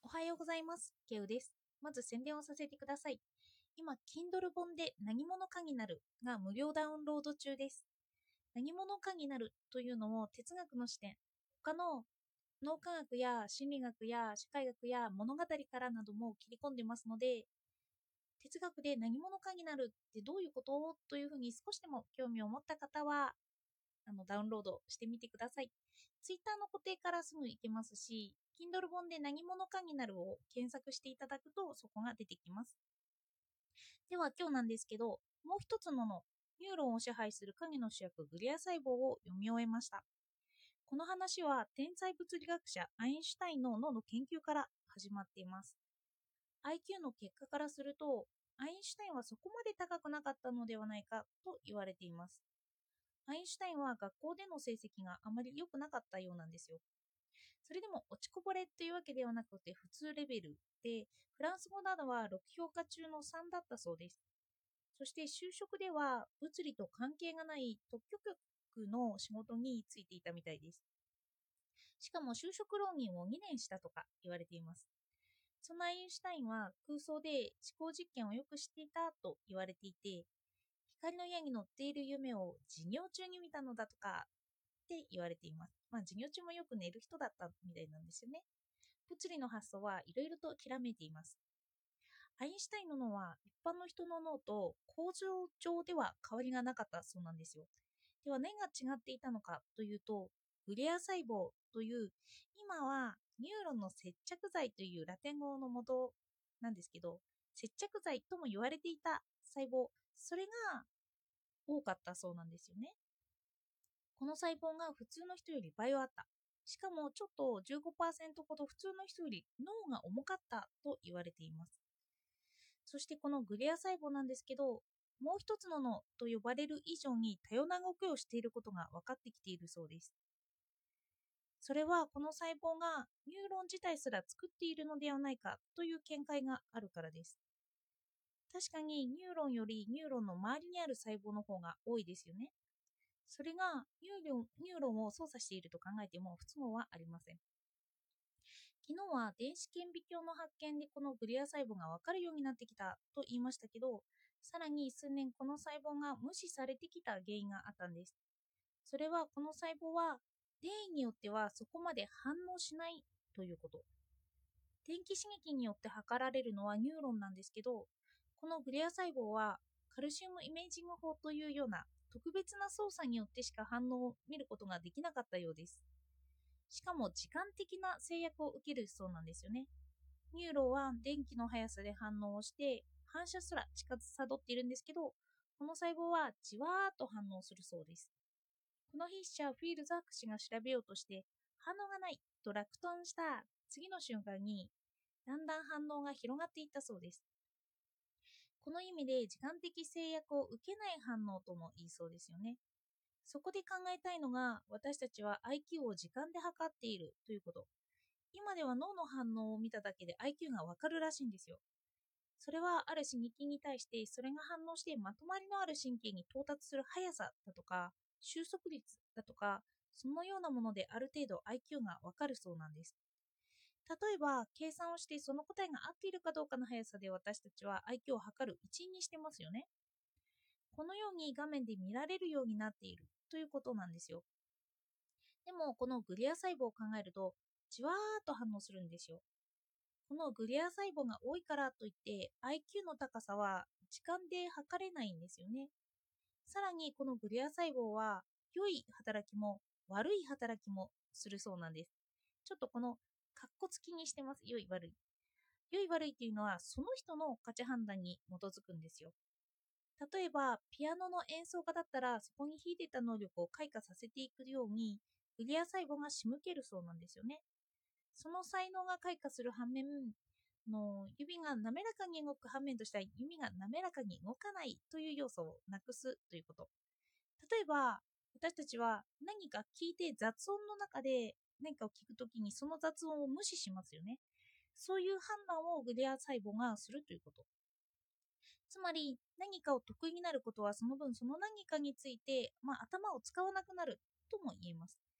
おはようございます。ケウです。まず宣伝をさせてください。今、Kindle 本で何者かになるが無料ダウンロード中です。何者かになるというのを哲学の視点、他の脳科学や心理学や社会学や物語からなども切り込んでますので、哲学で何者かになるってどういうことというふうに少しでも興味を持った方はダウンロードしてみてください。Twitter の固定からすぐ行けますし、Kindle 本で何者かになるを検索していただくとそこが出てきます。では今日なんですけど、もう一つのニューロンを支配する影の主役グリア細胞を読み終えました。この話は天才物理学者アインシュタインの脳の研究から始まっています。IQ の結果からすると、アインシュタインはそこまで高くなかったのではないかと言われています。アインシュタインは学校での成績があまり良くなかったようなんですよ。それでも落ちこぼれというわけではなくて普通レベルで、フランス語などは6評価中の3だったそうです。そして就職では物理と関係がない特許局の仕事に就いていたみたいです。しかも就職浪人を2年したとか言われています。そのアインシュタインは空想で思考実験をよく知っていたと言われていて、光の矢に乗っている夢を授業中に見たのだとかって言われています。授業中もよく寝る人だったみたいなんですよね。物理の発想はいろいろときらめいています。アインシュタインの脳は一般の人の脳と構造上では変わりがなかったそうなんですよ。では何が違っていたのかというと、グレア細胞という今はニューロンの接着剤というラテン語の元なんですけど、接着剤とも言われていた細胞、それが多かったそうなんですよね。この細胞が普通の人より倍はあった。しかもちょっと15%ほど普通の人より脳が重かったと言われています。そしてこのグリア細胞なんですけど、もう一つの脳と呼ばれる以上に多様な動きをしていることが分かってきているそうです。それはこの細胞がニューロン自体すら作っているのではないかという見解があるからです。確かにニューロンよりニューロンの周りにある細胞の方が多いですよね。それがニューロンを操作していると考えても不都合はありません。昨日は電子顕微鏡の発見でこのグリア細胞が分かるようになってきたと言いましたけど、さらに数年この細胞が無視されてきた原因があったんです。それはこの細胞は電位によってはそこまで反応しないということ。電気刺激によって測られるのはニューロンなんですけど、このグリア細胞はカルシウムイメージング法というような特別な操作によってしか反応を見ることができなかったようです。しかも時間的な制約を受けるそうなんですよね。ニューロンは電気の速さで反応をして反射すら近さどっているんですけど、この細胞はじわーっと反応するそうです。この筆者フィールズ博士が調べようとして反応がないと落胆した次の瞬間にだんだん反応が広がっていったそうです。この意味で時間的制約を受けない反応とも言いそうですよね。そこで考えたいのが、私たちは IQ を時間で測っているということ。今では脳の反応を見ただけで IQ がわかるらしいんですよ。それはある刺激に対してそれが反応してまとまりのある神経に到達する速さだとか収束率だとか、そのようなものである程度 IQ がわかるそうなんです。例えば計算をしてその答えが合っているかどうかの速さで私たちは IQ を測る一因にしてますよね。このように画面で見られるようになっているということなんですよ。でもこのグリア細胞を考えるとじわーっと反応するんですよ。このグリア細胞が多いからといって IQ の高さは時間で測れないんですよね。さらにこのグリア細胞は良い働きも悪い働きもするそうなんです。ちょっとこのカッコつきにしてます。良い悪い。良い悪いっていうのはその人の価値判断に基づくんですよ。例えばピアノの演奏家だったらそこに秀でた能力を開花させていくようにグリア細胞が仕向けるそうなんですよね。その才能が開花する反面指が滑らかに動く反面としては指が滑らかに動かないという要素をなくすということ。例えば私たちは何か聞いて雑音の中で何かを聞くときにその雑音を無視しますよね。そういう判断をグリア細胞がするということ。つまり何かを得意になることはその分その何かについて、頭を使わなくなるとも言えます。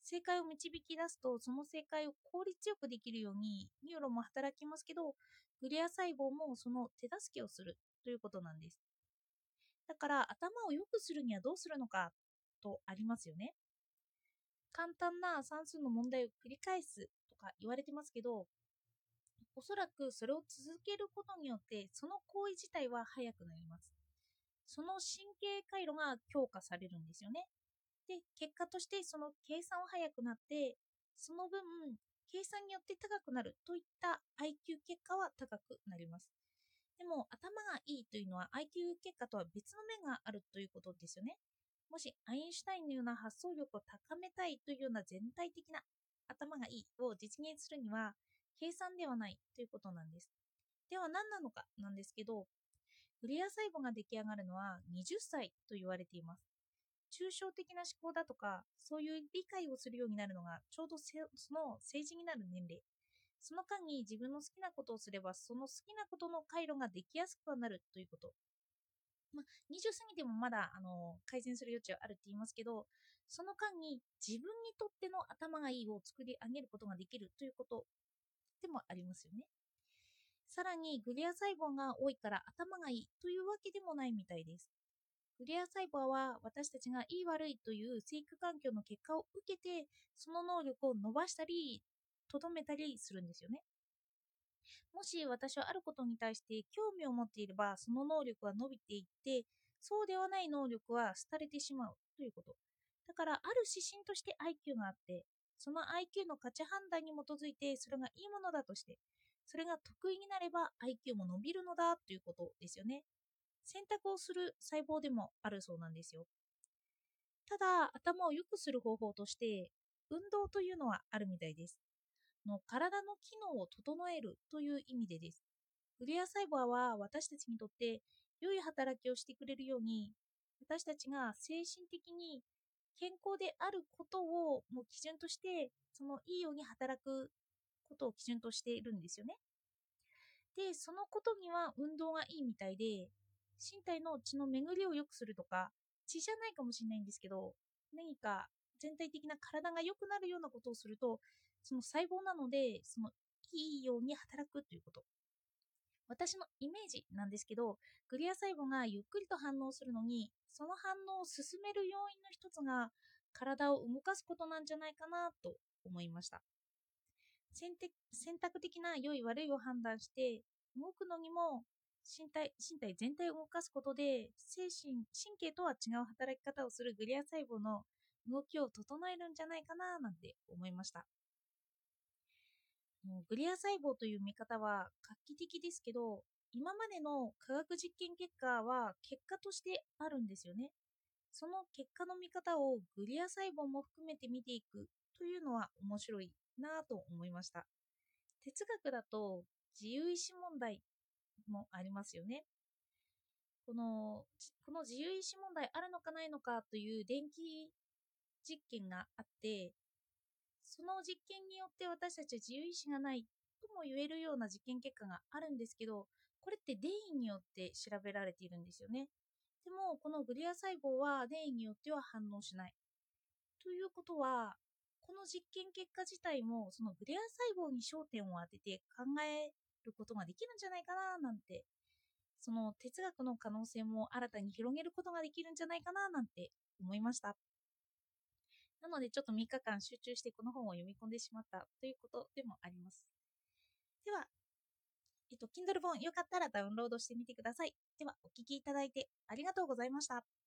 正解を導き出すと、その正解を効率よくできるようにニューロンも働きますけど、グリア細胞もその手助けをするということなんです。だから頭を良くするにはどうするのかとありますよね。簡単な算数の問題を繰り返すとか言われてますけど、おそらくそれを続けることによってその行為自体は速くなります。その神経回路が強化されるんですよね。で、結果としてその計算は速くなって、その分、計算によって高くなるといった IQ 結果は高くなります。でも、頭がいいというのは IQ 結果とは別の面があるということですよね。もし、アインシュタインのような発想力を高めたいというような全体的な頭がいいを実現するには、計算ではないということなんです。では何なのかなんですけど、グリア細胞が出来上がるのは20歳と言われています。抽象的な思考だとか、そういう理解をするようになるのがちょうどその成人になる年齢。その間に自分の好きなことをすれば、その好きなことの回路ができやすくはなるということ。20過ぎてもまだ改善する余地はあるって言いますけど、その間に自分にとっての頭がいいを作り上げることができるということでもありますよね。さらにグリア細胞が多いから頭がいいというわけでもないみたいです。グリア細胞は私たちがいい悪いという生育環境の結果を受けて、その能力を伸ばしたり、とどめたりするんですよね。もし私はあることに対して興味を持っていれば、その能力は伸びていって、そうではない能力は廃れてしまうということ。だから、ある指針として IQ があって、その IQ の価値判断に基づいて、それがいいものだとして、それが得意になれば IQ も伸びるのだということですよね。選択をする細胞でもあるそうなんですよ。ただ、頭を良くする方法として、運動というのはあるみたいです。体の機能を整えるという意味でです。グリア細胞は私たちにとって良い働きをしてくれるように、私たちが精神的に健康であることをもう基準として、そのいいように働くことを基準としているんですよね。で、そのことには運動がいいみたいで、身体の血の巡りを良くするとか、血じゃないかもしれないんですけど、何か全体的な体が良くなるようなことをすると、その細胞なので、そのいいように働くということ。私のイメージなんですけど、グリア細胞がゆっくりと反応するのに、その反応を進める要因の一つが、体を動かすことなんじゃないかなと思いました。選択的な良い悪いを判断して動くのにも身体全体を動かすことで神経とは違う働き方をするグリア細胞の動きを整えるんじゃないかななんて思いました。もうグリア細胞という見方は画期的ですけど、今までの科学実験結果は結果としてあるんですよね。その結果の見方をグリア細胞も含めて見ていくというのは面白いなぁと思いました。哲学だと自由意志問題もありますよね。この自由意志問題あるのかないのかという電気実験があって、その実験によって私たちは自由意志がないとも言えるような実験結果があるんですけど、これって電位によって調べられているんですよね。でも、このグリア細胞は電位によっては反応しない。ということは、この実験結果自体もそのグリア細胞に焦点を当てて考えることができるんじゃないかななんて、その哲学の可能性も新たに広げることができるんじゃないかななんて思いました。なのでちょっと3日間集中してこの本を読み込んでしまったということでもあります。では、Kindle 本よかったらダウンロードしてみてください。では、お聞きいただいてありがとうございました。